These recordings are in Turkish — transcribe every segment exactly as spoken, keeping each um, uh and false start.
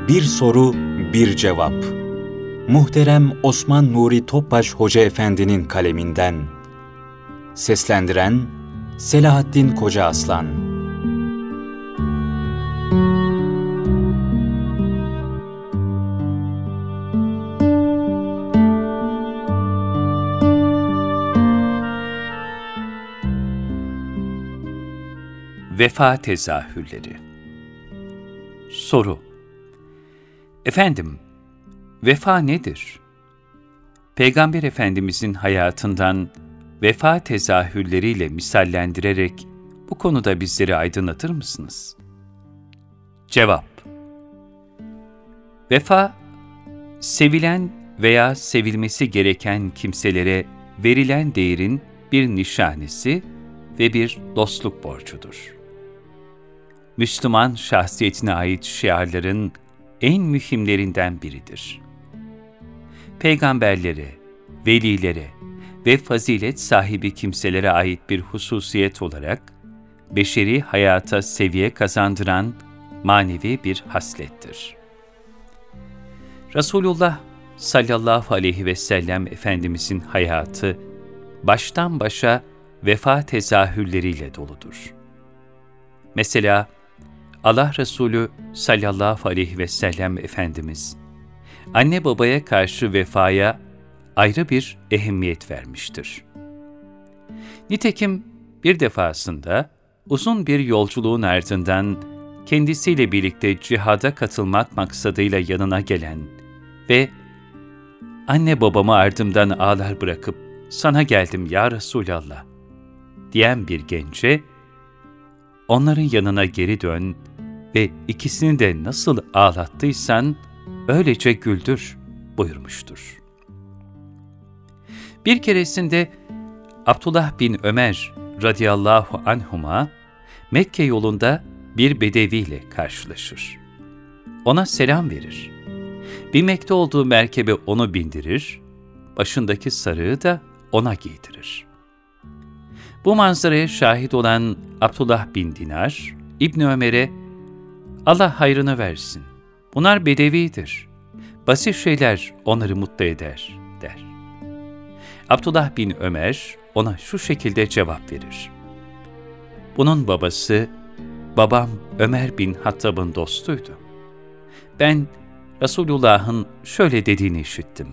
Bir soru, bir cevap. Muhterem Osman Nuri Topbaş Hoca Efendi'nin kaleminden. Seslendiren Selahattin Kocaaslan. Vefa tezahürleri. Soru: Efendim, vefa nedir? Peygamber Efendimizin hayatından vefa tezahürleriyle misallendirerek bu konuda bizleri aydınlatır mısınız? Cevap: Vefa, sevilen veya sevilmesi gereken kimselere verilen değerin bir nişanesi ve bir dostluk borcudur. Müslüman şahsiyetine ait şiarların en mühimlerinden biridir. Peygamberlere, velilere ve fazilet sahibi kimselere ait bir hususiyet olarak, beşeri hayata seviye kazandıran manevi bir haslettir. Resulullah sallallahu aleyhi ve sellem Efendimizin hayatı, baştan başa vefa tezahürleriyle doludur. Mesela, Allah Resulü sallallahu aleyhi ve sellem Efendimiz, anne babaya karşı vefaya ayrı bir ehemmiyet vermiştir. Nitekim bir defasında uzun bir yolculuğun ardından kendisiyle birlikte cihada katılmak maksadıyla yanına gelen ve "Anne babamı ardımdan ağlar bırakıp sana geldim ya Resulallah" diyen bir gence, onların yanına geri dön ve ikisini de nasıl ağlattıysan öylece güldür buyurmuştur. Bir keresinde Abdullah bin Ömer radıyallahu anhuma Mekke yolunda bir bedeviyle karşılaşır. Ona selam verir. Binmekte olduğu merkebe onu bindirir, başındaki sarığı da ona giydirir. Bu manzaraya şahit olan Abdullah bin Dinar, İbni Ömer'e "Allah hayrını versin, bunlar bedevidir, basit şeyler onları mutlu eder" der. Abdullah bin Ömer ona şu şekilde cevap verir: "Bunun babası, babam Ömer bin Hattab'ın dostuydu. Ben Resulullah'ın şöyle dediğini işittim: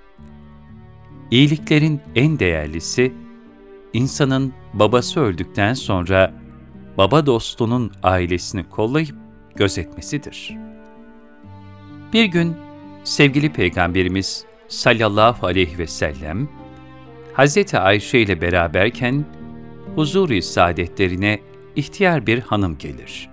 İyiliklerin en değerlisi, İnsanın babası öldükten sonra baba dostunun ailesini kollayıp gözetmesidir." Bir gün sevgili Peygamberimiz sallallahu aleyhi ve sellem, Hazreti Ayşe ile beraberken huzur-i saadetlerine ihtiyar bir hanım gelir.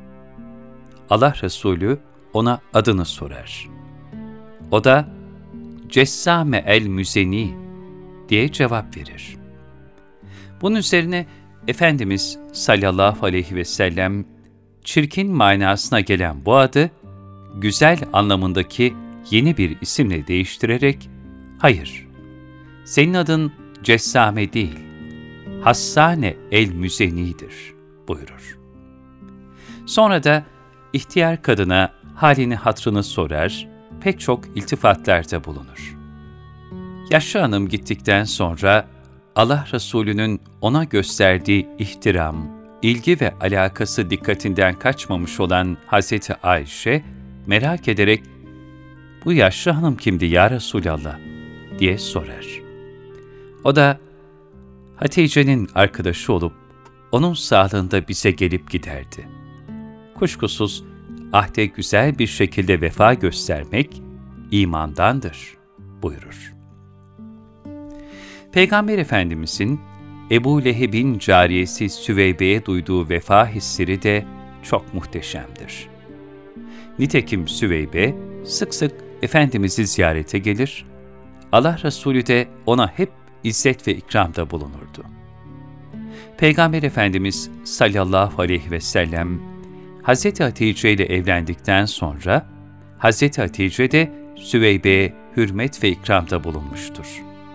Allah Resulü ona adını sorar. O da "Cessame el-Müzeni" diye cevap verir. Bunun üzerine Efendimiz sallallahu aleyhi ve sellem, çirkin manasına gelen bu adı, güzel anlamındaki yeni bir isimle değiştirerek, "Hayır, senin adın Cessame değil, Hassane el-Müzeni'dir" buyurur. Sonra da ihtiyar kadına halini hatrını sorar, pek çok iltifatlarda bulunur. Yaşlı hanım gittikten sonra, Allah Resulü'nün ona gösterdiği ihtiram, ilgi ve alakası dikkatinden kaçmamış olan Hazreti Ayşe, merak ederek "Bu yaşlı hanım kimdi ya Resulallah?" diye sorar. O da Hatice'nin arkadaşı olup, onun sağlığında bize gelip giderdi. Kuşkusuz ahde güzel bir şekilde vefa göstermek imandandır buyurur. Peygamber Efendimizin Ebu Leheb'in cariyesi Süveybe'ye duyduğu vefa hisleri de çok muhteşemdir. Nitekim Süveybe sık sık Efendimiz'i ziyarete gelir, Allah Resulü de ona hep izzet ve ikramda bulunurdu. Peygamber Efendimiz sallallahu aleyhi ve sellem Hazreti Hatice ile evlendikten sonra Hazreti Hatice de Süveybe'ye hürmet ve ikramda bulunmuştur.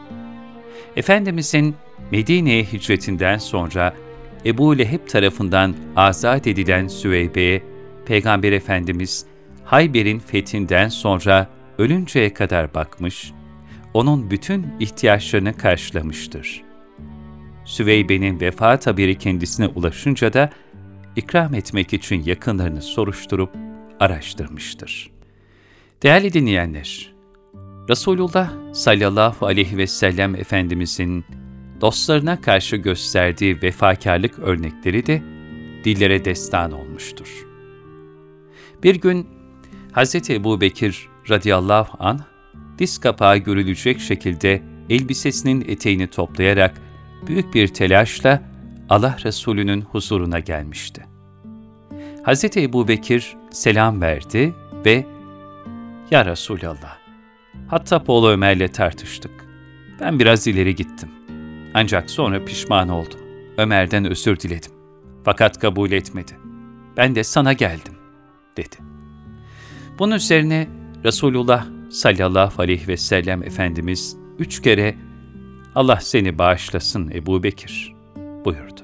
Efendimizin Medine'ye hicretinden sonra Ebu Leheb tarafından azat edilen Süveybe'ye Peygamber Efendimiz Hayber'in fethinden sonra ölünceye kadar bakmış, onun bütün ihtiyaçlarını karşılamıştır. Süveybe'nin vefat haberi kendisine ulaşınca da ikram etmek için yakınlarını soruşturup araştırmıştır. Değerli dinleyenler, Resulullah sallallahu aleyhi ve sellem Efendimizin dostlarına karşı gösterdiği vefakarlık örnekleri de dillere destan olmuştur. Bir gün Hazreti Ebubekir radıyallahu anh, diz kapağı görülecek şekilde elbisesinin eteğini toplayarak büyük bir telaşla Allah Resulü'nün huzuruna gelmişti. Hazreti Ebubekir selam verdi ve "Ya Resulallah, Hattab oğlu Ömer'le tartıştık. Ben biraz ileri gittim. Ancak sonra pişman oldum. Ömer'den özür diledim. Fakat kabul etmedi. Ben de sana geldim," dedi. Bunun üzerine Resulullah sallallahu aleyhi ve sellem Efendimiz üç kere "Allah seni bağışlasın Ebubekir," buyurdu.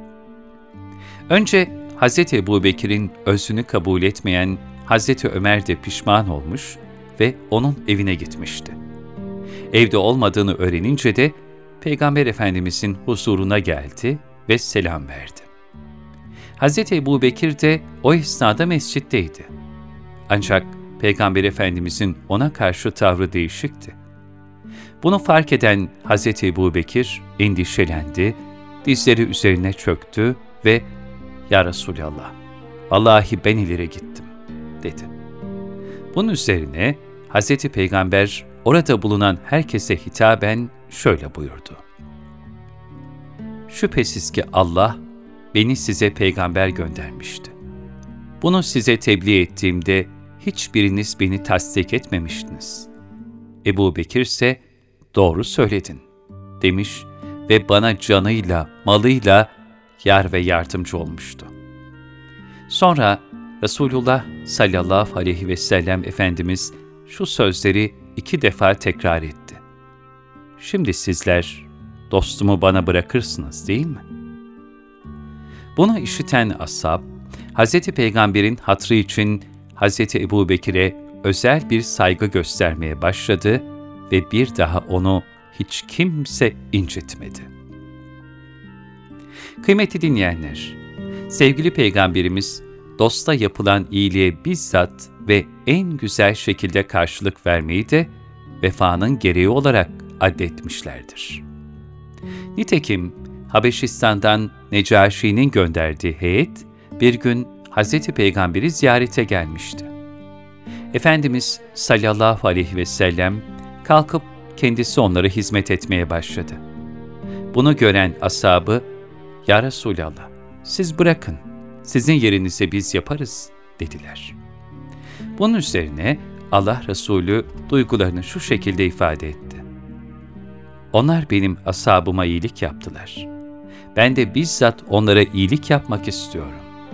Önce Hazreti Ebubekir'in özrünü kabul etmeyen Hazreti Ömer de pişman olmuş ve onun evine gitmişti. Evde olmadığını öğrenince de Peygamber Efendimizin huzuruna geldi ve selam verdi. Hazreti Ebubekir de o esnada mescitteydi. Ancak Peygamber Efendimizin ona karşı tavrı değişikti. Bunu fark eden Hazreti Ebubekir endişelendi, dizleri üzerine çöktü ve "Ya Resulallah, vallahi ben ileri gittim," dedi. Bunun üzerine Hazreti Peygamber orada bulunan herkese hitaben şöyle buyurdu: "Şüphesiz ki Allah beni size peygamber göndermişti. Bunu size tebliğ ettiğimde hiçbiriniz beni tasdik etmemiştiniz. Ebubekir ise doğru söyledin," demiş ve bana canıyla, malıyla yar ve yardımcı olmuştu. Sonra Resulullah sallallahu aleyhi ve sellem Efendimiz şu sözleri iki defa tekrar etti: "Şimdi sizler dostumu bana bırakırsınız değil mi?" Bunu işiten ashab, Hazreti Peygamber'in hatrı için Hazreti Ebubekir'e özel bir saygı göstermeye başladı ve bir daha onu hiç kimse incitmedi. Kıymetli dinleyenler, sevgili Peygamberimiz, dosta yapılan iyiliğe bizzat ve en güzel şekilde karşılık vermeyi de vefanın gereği olarak addetmişlerdir. Nitekim Habeşistan'dan Necaşi'nin gönderdiği heyet bir gün Hazreti Peygamber'i ziyarete gelmişti. Efendimiz sallallahu aleyhi ve sellem kalkıp kendisi onlara hizmet etmeye başladı. Bunu gören ashabı, "Ya Resulallah, siz bırakın, sizin yerinize biz yaparız," dediler. Bunun üzerine Allah Resulü duygularını şu şekilde ifade etti: "Onlar benim ashabıma iyilik yaptılar. Ben de bizzat onlara iyilik yapmak istiyorum."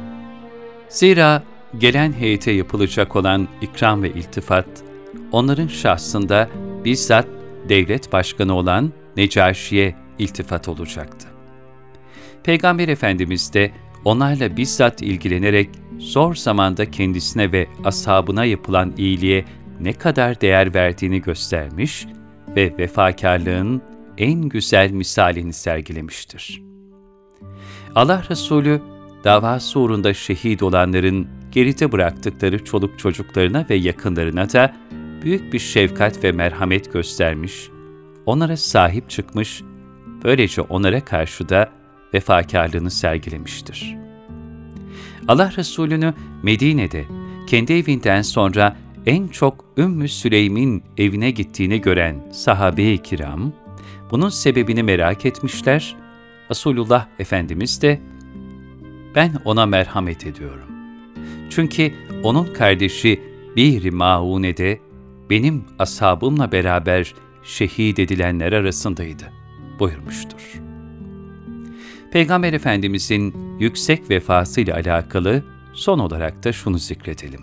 Zira gelen heyete yapılacak olan ikram ve iltifat, onların şahsında bizzat devlet başkanı olan Necaşi'ye iltifat olacaktı. Peygamber Efendimiz de onlarla bizzat ilgilenerek zor zamanda kendisine ve ashabına yapılan iyiliğe ne kadar değer verdiğini göstermiş ve vefakarlığın en güzel misalini sergilemiştir. Allah Resulü, davası uğrunda şehit olanların geride bıraktıkları çoluk çocuklarına ve yakınlarına da büyük bir şefkat ve merhamet göstermiş, onlara sahip çıkmış, böylece onlara karşı da vefakarlığını sergilemiştir. Allah Resulü'nü Medine'de kendi evinden sonra en çok Ümmü Süleym'in evine gittiğini gören sahabe-i kiram, bunun sebebini merak etmişler. Resulullah Efendimiz de, "Ben ona merhamet ediyorum. Çünkü onun kardeşi Bihr-i Maune'de benim ashabımla beraber şehit edilenler arasındaydı," buyurmuştur. Peygamber Efendimizin yüksek vefasıyla alakalı son olarak da şunu zikredelim.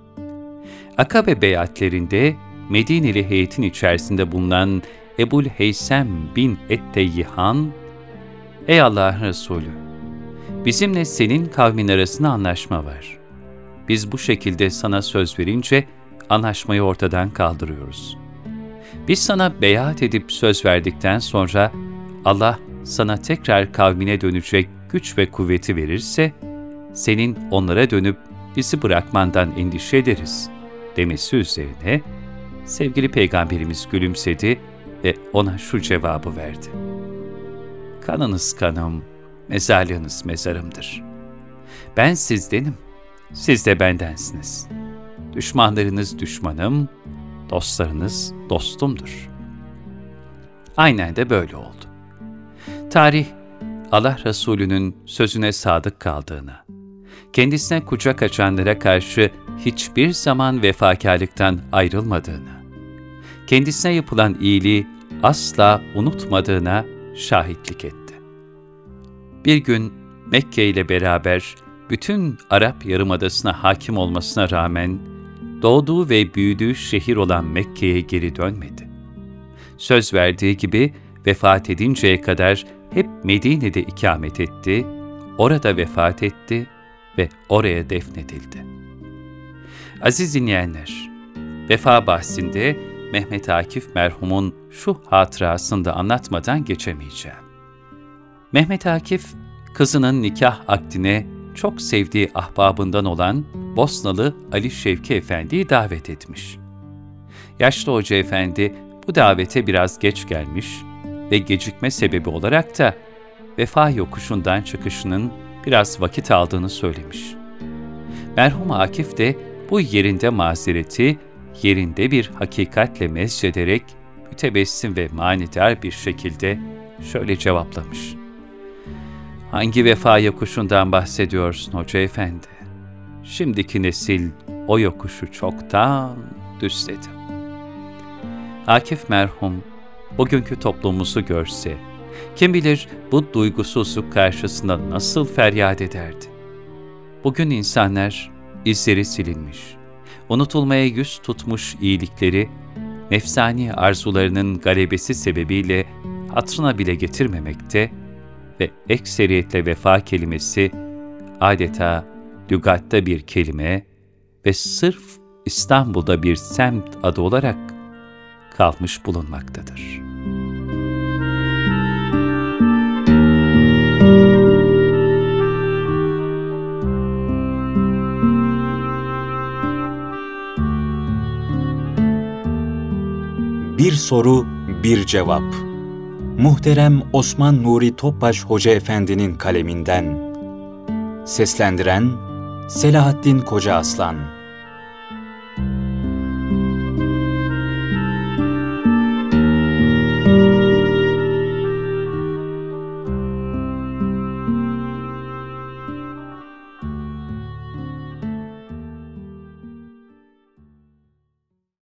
Akabe beyatlerinde Medineli heyetin içerisinde bulunan Ebul Heysem bin Etteyyihan, "Ey Allah'ın Resulü, bizimle senin kavmin arasında anlaşma var. biz bu şekilde sana söz verince anlaşmayı ortadan kaldırıyoruz. Biz sana beyat edip söz verdikten sonra Allah sana tekrar kavmine dönecek güç ve kuvveti verirse, senin onlara dönüp bizi bırakmandan endişe ederiz demesi üzerine sevgili Peygamberimiz gülümsedi ve ona şu cevabı verdi. Kanınız kanım, mezarlığınız mezarımdır. Ben sizdenim, siz de bendensiniz. Düşmanlarınız düşmanım, dostlarınız dostumdur. Aynen de böyle oldu. Tarih, Allah Resulü'nün sözüne sadık kaldığına, kendisine kucak açanlara karşı hiçbir zaman vefakarlıktan ayrılmadığına, kendisine yapılan iyiliği asla unutmadığına şahitlik etti. Bir gün Mekke ile beraber bütün Arap Yarımadası'na hakim olmasına rağmen doğduğu ve büyüdüğü şehir olan Mekke'ye geri dönmedi. Söz verdiği gibi vefat edinceye kadar hep Medine'de ikamet etti, orada vefat etti ve oraya defnedildi. Aziz dinleyenler, vefa bahsinde Mehmet Akif merhumun şu hatırasını da anlatmadan geçemeyeceğim. Mehmet Akif, kızının nikah akdine çok sevdiği ahbabından olan Bosnalı Ali Şevki Efendi'yi davet etmiş. Yaşlı Hoca Efendi bu davete biraz geç gelmiş ve gecikme sebebi olarak da vefa yokuşundan çıkışının biraz vakit aldığını söylemiş. Merhum Akif de bu yerinde mazereti yerinde bir hakikatle mezcederek mütebessim ve manidar bir şekilde şöyle cevaplamış. Hangi vefa yokuşundan bahsediyorsun Hoca Efendi? Şimdiki nesil o yokuşu çoktan düzledi. Akif merhum bugünkü toplumumuzu görse, kim bilir bu duygusuzluk karşısında nasıl feryat ederdi. Bugün insanlar izleri silinmiş, unutulmaya yüz tutmuş iyilikleri, nefsani arzularının galebesi sebebiyle hatırına bile getirmemekte ve ekseriyetle vefa kelimesi adeta lügatta bir kelime ve sırf İstanbul'da bir semt adı olarak kalmış bulunmaktadır. Bir soru, bir cevap. Muhterem Osman Nuri Topbaş Hoca Efendi'nin kaleminden. Seslendiren Selahattin Kocaaslan.